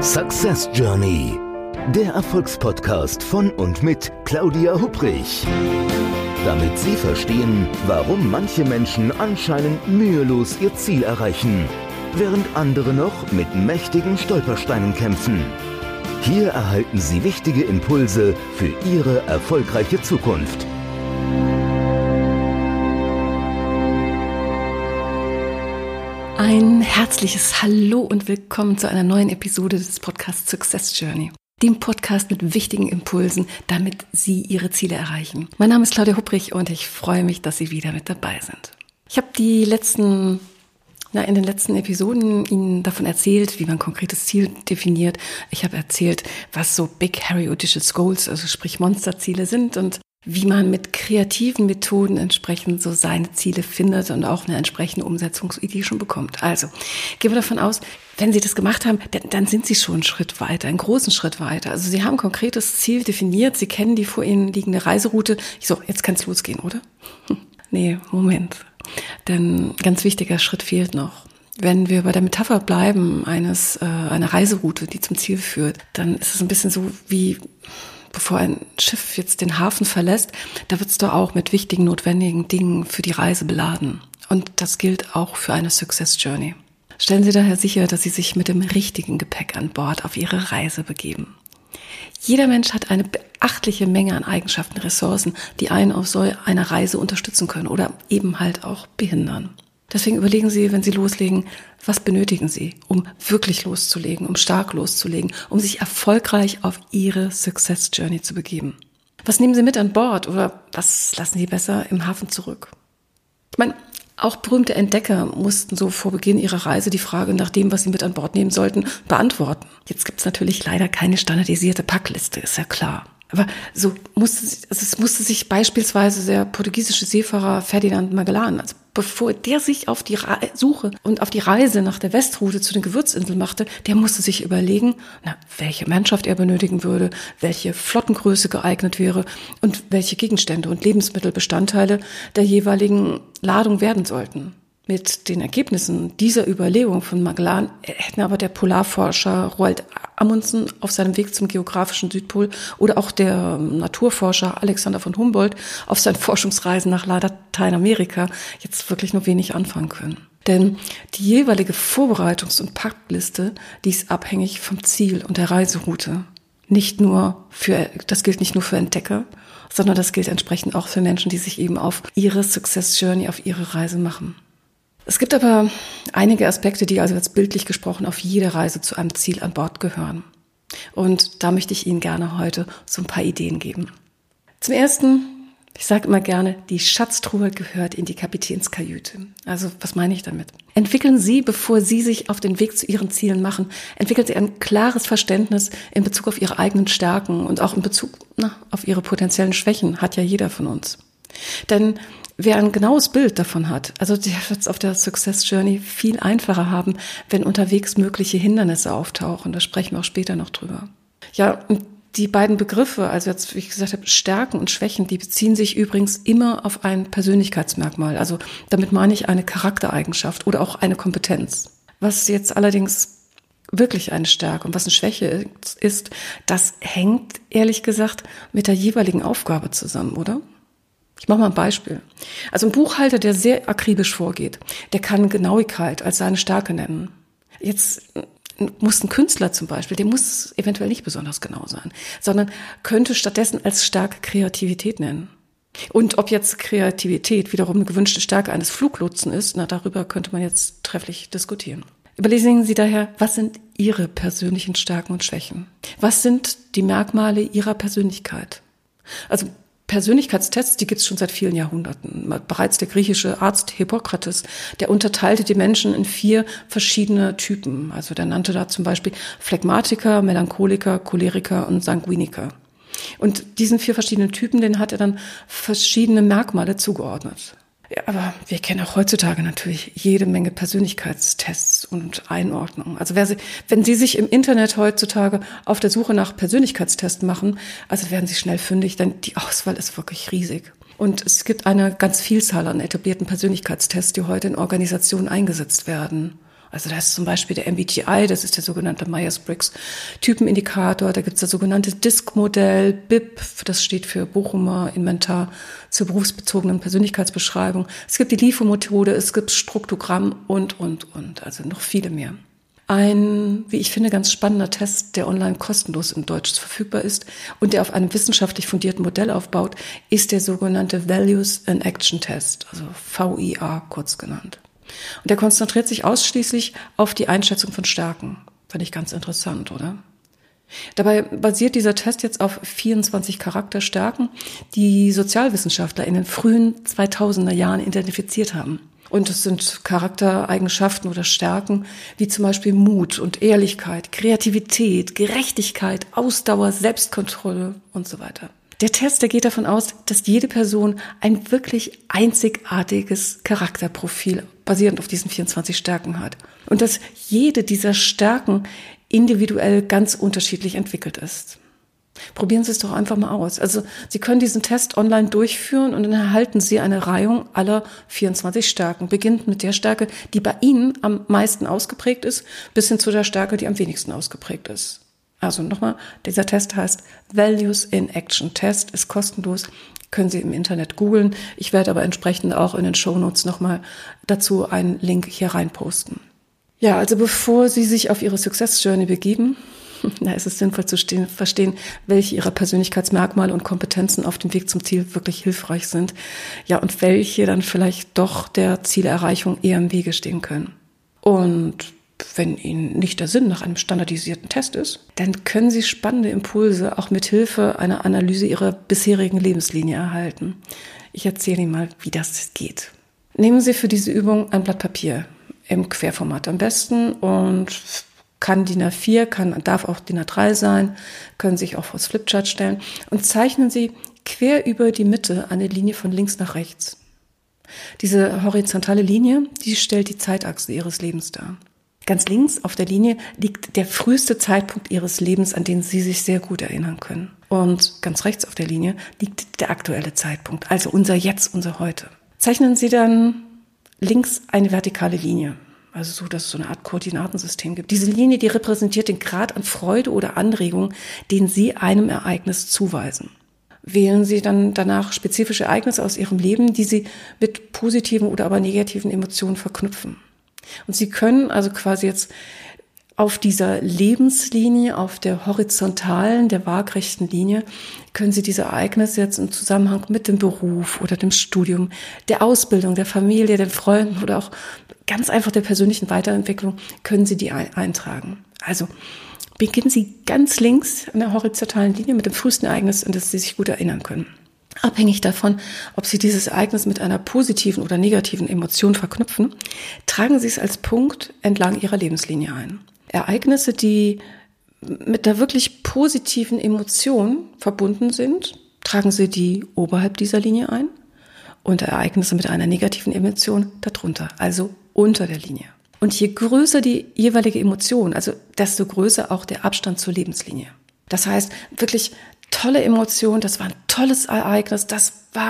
Success Journey, der Erfolgspodcast von und mit Claudia Hupprich. Damit Sie verstehen, warum manche Menschen anscheinend mühelos ihr Ziel erreichen, während andere noch mit mächtigen Stolpersteinen kämpfen. Hier erhalten Sie wichtige Impulse für Ihre erfolgreiche Zukunft. Ein herzliches Hallo und willkommen zu einer neuen Episode des Podcasts Success Journey, dem Podcast mit wichtigen Impulsen, damit Sie Ihre Ziele erreichen. Mein Name ist Claudia Hupprich und ich freue mich, dass Sie wieder mit dabei sind. Ich habe in den letzten Episoden Ihnen davon erzählt, wie man ein konkretes Ziel definiert. Ich habe erzählt, was so Big Hairy Audacious Goals, also sprich Monsterziele sind und wie man mit kreativen Methoden entsprechend so seine Ziele findet und auch eine entsprechende Umsetzungsidee schon bekommt. Also gehen wir davon aus, wenn Sie das gemacht haben, dann sind Sie schon einen Schritt weiter, einen großen Schritt weiter. Also Sie haben ein konkretes Ziel definiert, Sie kennen die vor Ihnen liegende Reiseroute. Jetzt kann es losgehen, oder? Nee, Moment. Denn ganz wichtiger Schritt fehlt noch. Wenn wir bei der Metapher bleiben, einer Reiseroute, die zum Ziel führt, dann ist es ein bisschen so wie bevor ein Schiff jetzt den Hafen verlässt, da wird es doch auch mit wichtigen, notwendigen Dingen für die Reise beladen. Und das gilt auch für eine Success Journey. Stellen Sie daher sicher, dass Sie sich mit dem richtigen Gepäck an Bord auf Ihre Reise begeben. Jeder Mensch hat eine beachtliche Menge an Eigenschaften, Ressourcen, die einen auf so einer Reise unterstützen können oder eben halt auch behindern. Deswegen überlegen Sie, wenn Sie loslegen, was benötigen Sie, um wirklich loszulegen, um stark loszulegen, um sich erfolgreich auf Ihre Success Journey zu begeben. Was nehmen Sie mit an Bord oder was lassen Sie besser im Hafen zurück? Ich meine, auch berühmte Entdecker mussten so vor Beginn ihrer Reise die Frage nach dem, was sie mit an Bord nehmen sollten, beantworten. Jetzt gibt es natürlich leider keine standardisierte Packliste, ist ja klar. Aber es musste sich beispielsweise der portugiesische Seefahrer Ferdinand Magellan, also bevor der sich auf die Suche und auf die Reise nach der Westroute zu den Gewürzinseln machte, der musste sich überlegen, welche Mannschaft er benötigen würde, welche Flottengröße geeignet wäre und welche Gegenstände und Lebensmittelbestandteile der jeweiligen Ladung werden sollten. Mit den Ergebnissen dieser Überlegung von Magellan hätten aber der Polarforscher Roald Amundsen auf seinem Weg zum geografischen Südpol oder auch der Naturforscher Alexander von Humboldt auf seinen Forschungsreisen nach Lateinamerika jetzt wirklich nur wenig anfangen können. Denn die jeweilige Vorbereitungs- und Packliste, die ist abhängig vom Ziel und der Reiseroute. Das gilt nicht nur für Entdecker, sondern das gilt entsprechend auch für Menschen, die sich eben auf ihre Success Journey, auf ihre Reise machen. Es gibt aber einige Aspekte, die also jetzt bildlich gesprochen auf jede Reise zu einem Ziel an Bord gehören. Und da möchte ich Ihnen gerne heute so ein paar Ideen geben. Zum Ersten, ich sage immer gerne, die Schatztruhe gehört in die Kapitänskajüte. Also was meine ich damit? Entwickeln Sie, bevor Sie sich auf den Weg zu Ihren Zielen machen, entwickeln Sie ein klares Verständnis in Bezug auf Ihre eigenen Stärken und auch in Bezug auf Ihre potenziellen Schwächen, hat ja jeder von uns. Denn wer ein genaues Bild davon hat, also der wird es auf der Success Journey viel einfacher haben, wenn unterwegs mögliche Hindernisse auftauchen. Da sprechen wir auch später noch drüber. Ja, und die beiden Begriffe, also jetzt, wie ich gesagt habe, Stärken und Schwächen, die beziehen sich übrigens immer auf ein Persönlichkeitsmerkmal. Also damit meine ich eine Charaktereigenschaft oder auch eine Kompetenz. Was jetzt allerdings wirklich eine Stärke und was eine Schwäche ist, das hängt ehrlich gesagt mit der jeweiligen Aufgabe zusammen, oder? Ich mache mal ein Beispiel. Also ein Buchhalter, der sehr akribisch vorgeht, der kann Genauigkeit als seine Stärke nennen. Jetzt muss ein Künstler zum Beispiel, der muss eventuell nicht besonders genau sein, sondern könnte stattdessen als Stärke Kreativität nennen. Und ob jetzt Kreativität wiederum eine gewünschte Stärke eines Fluglotsen ist, darüber könnte man jetzt trefflich diskutieren. Überlegen Sie daher, was sind Ihre persönlichen Stärken und Schwächen? Was sind die Merkmale Ihrer Persönlichkeit? Also Persönlichkeitstests, die gibt es schon seit vielen Jahrhunderten. Bereits der griechische Arzt Hippokrates, der unterteilte die Menschen in 4 verschiedene Typen. Also der nannte da zum Beispiel Phlegmatiker, Melancholiker, Choleriker und Sanguiniker. Und diesen 4 verschiedenen Typen, denen hat er dann verschiedene Merkmale zugeordnet. Ja, aber wir kennen auch heutzutage natürlich jede Menge Persönlichkeitstests und Einordnungen. Also wenn Sie sich im Internet heutzutage auf der Suche nach Persönlichkeitstests machen, also werden Sie schnell fündig, denn die Auswahl ist wirklich riesig. Und es gibt eine ganz Vielzahl an etablierten Persönlichkeitstests, die heute in Organisationen eingesetzt werden. Also da ist zum Beispiel der MBTI, das ist der sogenannte Myers-Briggs-Typenindikator. Da gibt es das sogenannte DISC-Modell, BIP, das steht für Bochumer Inventar zur berufsbezogenen Persönlichkeitsbeschreibung. Es gibt die LIFO-Methode, es gibt Struktogramm und. Also noch viele mehr. Ein, wie ich finde, ganz spannender Test, der online kostenlos in Deutsch verfügbar ist und der auf einem wissenschaftlich fundierten Modell aufbaut, ist der sogenannte Values in Action Test, also VIA kurz genannt. Und der konzentriert sich ausschließlich auf die Einschätzung von Stärken. Fand ich ganz interessant, oder? Dabei basiert dieser Test jetzt auf 24 Charakterstärken, die Sozialwissenschaftler in den frühen 2000er Jahren identifiziert haben. Und es sind Charaktereigenschaften oder Stärken wie zum Beispiel Mut und Ehrlichkeit, Kreativität, Gerechtigkeit, Ausdauer, Selbstkontrolle und so weiter. Der Test, der geht davon aus, dass jede Person ein wirklich einzigartiges Charakterprofil basierend auf diesen 24 Stärken hat. Und dass jede dieser Stärken individuell ganz unterschiedlich entwickelt ist. Probieren Sie es doch einfach mal aus. Also Sie können diesen Test online durchführen und dann erhalten Sie eine Reihung aller 24 Stärken. Beginnt mit der Stärke, die bei Ihnen am meisten ausgeprägt ist, bis hin zu der Stärke, die am wenigsten ausgeprägt ist. Also nochmal, dieser Test heißt Values in Action Test, ist kostenlos, können Sie im Internet googeln. Ich werde aber entsprechend auch in den Shownotes nochmal dazu einen Link hier reinposten. Ja, also bevor Sie sich auf Ihre Success Journey begeben, da ist es sinnvoll zu verstehen, welche Ihrer Persönlichkeitsmerkmale und Kompetenzen auf dem Weg zum Ziel wirklich hilfreich sind. Ja, und welche dann vielleicht doch der Zielerreichung eher im Wege stehen können. Und wenn Ihnen nicht der Sinn nach einem standardisierten Test ist, dann können Sie spannende Impulse auch mit Hilfe einer Analyse Ihrer bisherigen Lebenslinie erhalten. Ich erzähle Ihnen mal, wie das geht. Nehmen Sie für diese Übung ein Blatt Papier im Querformat am besten und kann DIN A4, darf auch DIN A3 sein, können sich auch vors Flipchart stellen und zeichnen Sie quer über die Mitte eine Linie von links nach rechts. Diese horizontale Linie, die stellt die Zeitachse Ihres Lebens dar. Ganz links auf der Linie liegt der früheste Zeitpunkt Ihres Lebens, an den Sie sich sehr gut erinnern können. Und ganz rechts auf der Linie liegt der aktuelle Zeitpunkt, also unser Jetzt, unser Heute. Zeichnen Sie dann links eine vertikale Linie. Also so, dass es so eine Art Koordinatensystem gibt. Diese Linie, die repräsentiert den Grad an Freude oder Anregung, den Sie einem Ereignis zuweisen. Wählen Sie dann danach spezifische Ereignisse aus Ihrem Leben, die Sie mit positiven oder aber negativen Emotionen verknüpfen. Und Sie können also quasi jetzt auf dieser Lebenslinie, auf der horizontalen, der waagrechten Linie, können Sie diese Ereignisse jetzt im Zusammenhang mit dem Beruf oder dem Studium, der Ausbildung, der Familie, den Freunden oder auch ganz einfach der persönlichen Weiterentwicklung, können Sie die eintragen. Also beginnen Sie ganz links an der horizontalen Linie mit dem frühesten Ereignis, an das Sie sich gut erinnern können. Abhängig davon, ob Sie dieses Ereignis mit einer positiven oder negativen Emotion verknüpfen, tragen Sie es als Punkt entlang Ihrer Lebenslinie ein. Ereignisse, die mit einer wirklich positiven Emotion verbunden sind, tragen Sie die oberhalb dieser Linie ein und Ereignisse mit einer negativen Emotion darunter, also unter der Linie. Und je größer die jeweilige Emotion, also desto größer auch der Abstand zur Lebenslinie. Das heißt, wirklich tolle Emotion, das war ein tolles Ereignis, da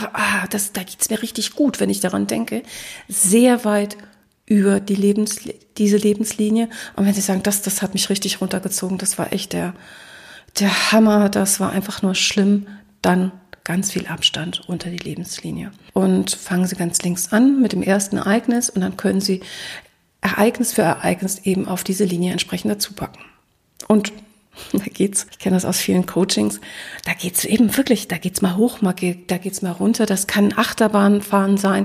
geht's mir richtig gut, wenn ich daran denke, sehr weit über diese Lebenslinie. Und wenn Sie sagen, das hat mich richtig runtergezogen, das war echt der Hammer, das war einfach nur schlimm, dann ganz viel Abstand unter die Lebenslinie. Und fangen Sie ganz links an mit dem ersten Ereignis und dann können Sie Ereignis für Ereignis eben auf diese Linie entsprechend dazu packen. Und da geht's, ich kenne das aus vielen Coachings, da geht's eben wirklich, da geht's mal hoch, da geht's mal runter, das kann Achterbahnfahren sein,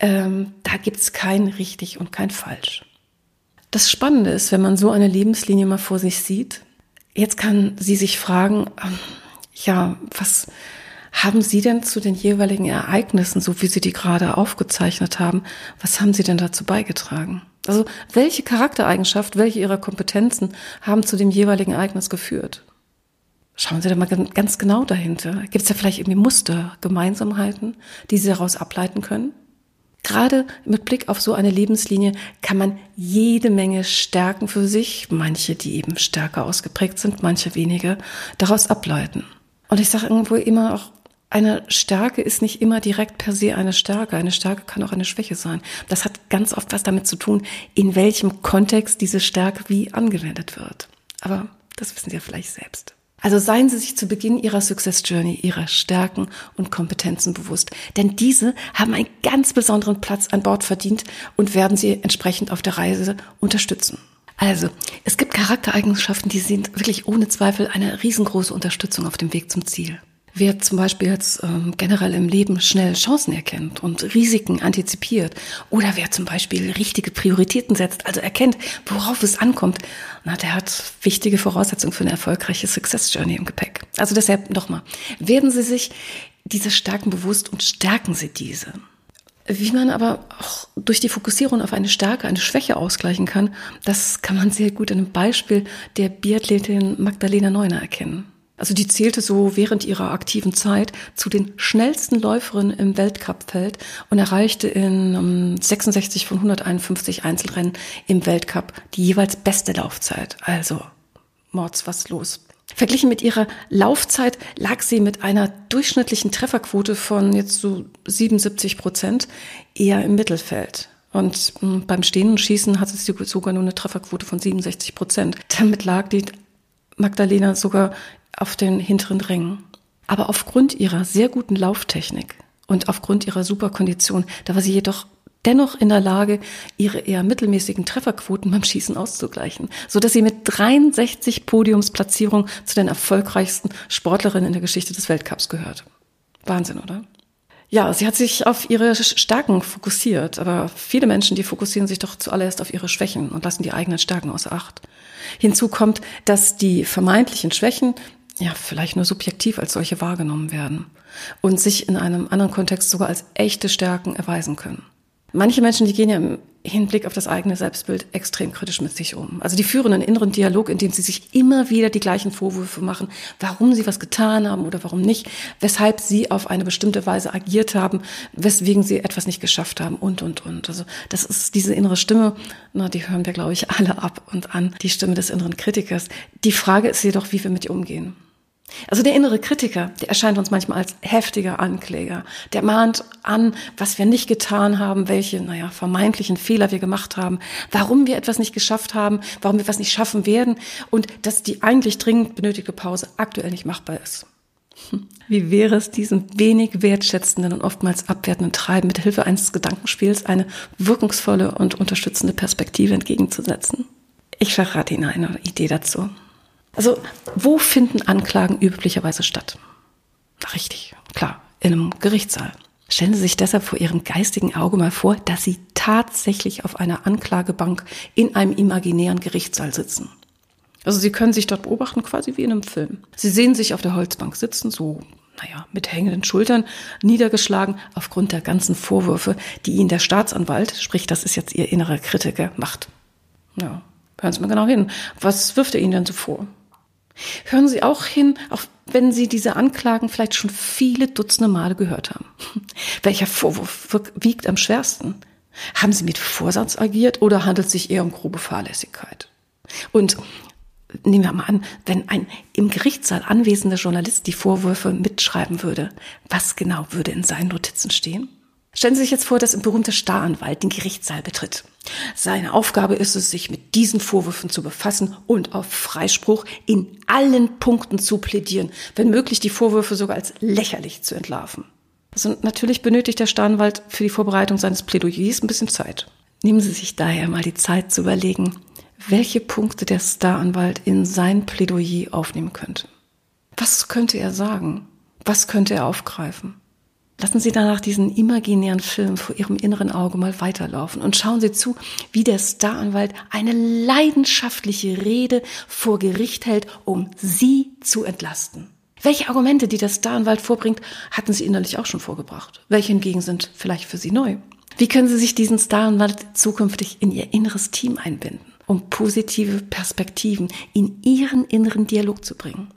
da gibt's kein richtig und kein falsch. Das Spannende ist, wenn man so eine Lebenslinie mal vor sich sieht, jetzt kann sie sich fragen, was haben Sie denn zu den jeweiligen Ereignissen, so wie Sie die gerade aufgezeichnet haben, was haben Sie denn dazu beigetragen? Also welche Charaktereigenschaft, welche Ihrer Kompetenzen haben zu dem jeweiligen Ereignis geführt? Schauen Sie da mal ganz genau dahinter. Gibt es da vielleicht irgendwie Muster, Gemeinsamkeiten, die Sie daraus ableiten können? Gerade mit Blick auf so eine Lebenslinie kann man jede Menge Stärken für sich, manche, die eben stärker ausgeprägt sind, manche weniger, daraus ableiten. Und ich sage irgendwo immer auch, eine Stärke ist nicht immer direkt per se eine Stärke. Eine Stärke kann auch eine Schwäche sein. Das hat ganz oft was damit zu tun, in welchem Kontext diese Stärke wie angewendet wird. Aber das wissen Sie ja vielleicht selbst. Also seien Sie sich zu Beginn Ihrer Success Journey Ihrer Stärken und Kompetenzen bewusst. Denn diese haben einen ganz besonderen Platz an Bord verdient und werden Sie entsprechend auf der Reise unterstützen. Also, es gibt Charaktereigenschaften, die sind wirklich ohne Zweifel eine riesengroße Unterstützung auf dem Weg zum Ziel. Wer zum Beispiel jetzt generell im Leben schnell Chancen erkennt und Risiken antizipiert oder wer zum Beispiel richtige Prioritäten setzt, also erkennt, worauf es ankommt, der hat wichtige Voraussetzungen für eine erfolgreiche Success Journey im Gepäck. Also deshalb nochmal, werden Sie sich diese Stärken bewusst und stärken Sie diese. Wie man aber auch durch die Fokussierung auf eine Stärke, eine Schwäche ausgleichen kann, das kann man sehr gut in einem Beispiel der Biathletin Magdalena Neuner erkennen. Also die zählte so während ihrer aktiven Zeit zu den schnellsten Läuferinnen im Weltcupfeld und erreichte in 66 von 151 Einzelrennen im Weltcup die jeweils beste Laufzeit. Also Mords, was los? Verglichen mit ihrer Laufzeit lag sie mit einer durchschnittlichen Trefferquote von jetzt so 77% eher im Mittelfeld. Und beim stehenden Schießen hatte sie sogar nur eine Trefferquote von 67%. Damit lag die Magdalena sogar auf den hinteren Rängen. Aber aufgrund ihrer sehr guten Lauftechnik und aufgrund ihrer super Kondition, da war sie jedoch dennoch in der Lage, ihre eher mittelmäßigen Trefferquoten beim Schießen auszugleichen, sodass sie mit 63 Podiumsplatzierungen zu den erfolgreichsten Sportlerinnen in der Geschichte des Weltcups gehört. Wahnsinn, oder? Ja, sie hat sich auf ihre Stärken fokussiert, aber viele Menschen, die fokussieren sich doch zuallererst auf ihre Schwächen und lassen die eigenen Stärken außer Acht. Hinzu kommt, dass die vermeintlichen Schwächen vielleicht nur subjektiv als solche wahrgenommen werden und sich in einem anderen Kontext sogar als echte Stärken erweisen können. Manche Menschen, die gehen ja im Hinblick auf das eigene Selbstbild extrem kritisch mit sich um. Also die führen einen inneren Dialog, in dem sie sich immer wieder die gleichen Vorwürfe machen, warum sie was getan haben oder warum nicht, weshalb sie auf eine bestimmte Weise agiert haben, weswegen sie etwas nicht geschafft haben und. Also das ist diese innere Stimme, die hören wir, glaube ich, alle ab und an, die Stimme des inneren Kritikers. Die Frage ist jedoch, wie wir mit ihr umgehen. Also der innere Kritiker, der erscheint uns manchmal als heftiger Ankläger. Der mahnt an, was wir nicht getan haben, welche, vermeintlichen Fehler wir gemacht haben, warum wir etwas nicht geschafft haben, warum wir etwas nicht schaffen werden und dass die eigentlich dringend benötigte Pause aktuell nicht machbar ist. Wie wäre es, diesem wenig wertschätzenden und oftmals abwertenden Treiben mit Hilfe eines Gedankenspiels eine wirkungsvolle und unterstützende Perspektive entgegenzusetzen? Ich verrate Ihnen eine Idee dazu. Also, wo finden Anklagen üblicherweise statt? Richtig, klar, in einem Gerichtssaal. Stellen Sie sich deshalb vor Ihrem geistigen Auge mal vor, dass Sie tatsächlich auf einer Anklagebank in einem imaginären Gerichtssaal sitzen. Also Sie können sich dort beobachten, quasi wie in einem Film. Sie sehen sich auf der Holzbank sitzen, so, mit hängenden Schultern, niedergeschlagen aufgrund der ganzen Vorwürfe, die Ihnen der Staatsanwalt, sprich, das ist jetzt Ihr innerer Kritiker, macht. Ja, hören Sie mal genau hin. Was wirft er Ihnen denn so vor? Hören Sie auch hin, auch wenn Sie diese Anklagen vielleicht schon viele Dutzende Male gehört haben. Welcher Vorwurf wiegt am schwersten? Haben Sie mit Vorsatz agiert oder handelt es sich eher um grobe Fahrlässigkeit? Und nehmen wir mal an, wenn ein im Gerichtssaal anwesender Journalist die Vorwürfe mitschreiben würde, was genau würde in seinen Notizen stehen? Stellen Sie sich jetzt vor, dass ein berühmter Staranwalt den Gerichtssaal betritt. Seine Aufgabe ist es, sich mit diesen Vorwürfen zu befassen und auf Freispruch in allen Punkten zu plädieren, wenn möglich die Vorwürfe sogar als lächerlich zu entlarven. Also natürlich benötigt der Staranwalt für die Vorbereitung seines Plädoyers ein bisschen Zeit. Nehmen Sie sich daher mal die Zeit zu überlegen, welche Punkte der Staranwalt in sein Plädoyer aufnehmen könnte. Was könnte er sagen? Was könnte er aufgreifen? Lassen Sie danach diesen imaginären Film vor Ihrem inneren Auge mal weiterlaufen und schauen Sie zu, wie der Staranwalt eine leidenschaftliche Rede vor Gericht hält, um Sie zu entlasten. Welche Argumente, die der Staranwalt vorbringt, hatten Sie innerlich auch schon vorgebracht? Welche hingegen sind vielleicht für Sie neu? Wie können Sie sich diesen Staranwalt zukünftig in Ihr inneres Team einbinden, um positive Perspektiven in Ihren inneren Dialog zu bringen?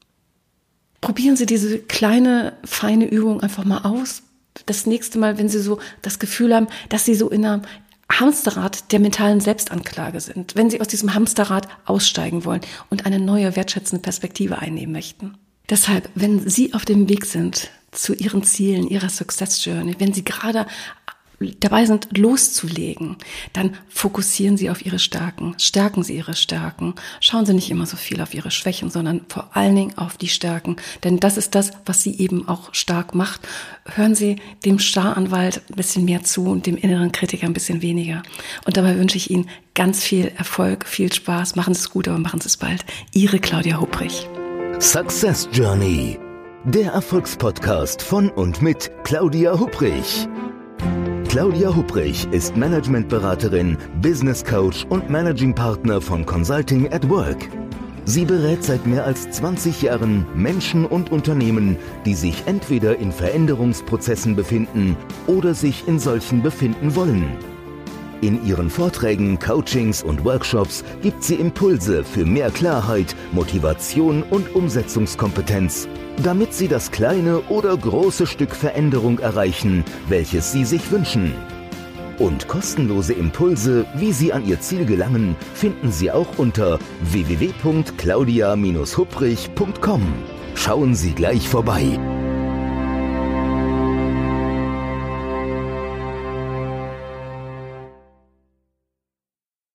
Probieren Sie diese kleine, feine Übung einfach mal aus. Das nächste Mal, wenn Sie so das Gefühl haben, dass Sie so in einem Hamsterrad der mentalen Selbstanklage sind, wenn Sie aus diesem Hamsterrad aussteigen wollen und eine neue, wertschätzende Perspektive einnehmen möchten. Deshalb, wenn Sie auf dem Weg sind zu Ihren Zielen, Ihrer Success Journey, wenn Sie gerade dabei sind, loszulegen, dann fokussieren Sie auf Ihre Stärken, stärken Sie Ihre Stärken, schauen Sie nicht immer so viel auf Ihre Schwächen, sondern vor allen Dingen auf die Stärken, denn das ist das, was Sie eben auch stark macht. Hören Sie dem Staranwalt ein bisschen mehr zu und dem inneren Kritiker ein bisschen weniger. Und dabei wünsche ich Ihnen ganz viel Erfolg, viel Spaß, machen Sie es gut, aber machen Sie es bald. Ihre Claudia Hupprich. Success Journey, der Erfolgspodcast von und mit Claudia Hupprich. Claudia Hupprich ist Managementberaterin, Business Coach und Managing Partner von Consulting at Work. Sie berät seit mehr als 20 Jahren Menschen und Unternehmen, die sich entweder in Veränderungsprozessen befinden oder sich in solchen befinden wollen. In ihren Vorträgen, Coachings und Workshops gibt sie Impulse für mehr Klarheit, Motivation und Umsetzungskompetenz, damit sie das kleine oder große Stück Veränderung erreichen, welches sie sich wünschen. Und kostenlose Impulse, wie Sie an Ihr Ziel gelangen, finden Sie auch unter www.claudia-hupprich.com. Schauen Sie gleich vorbei.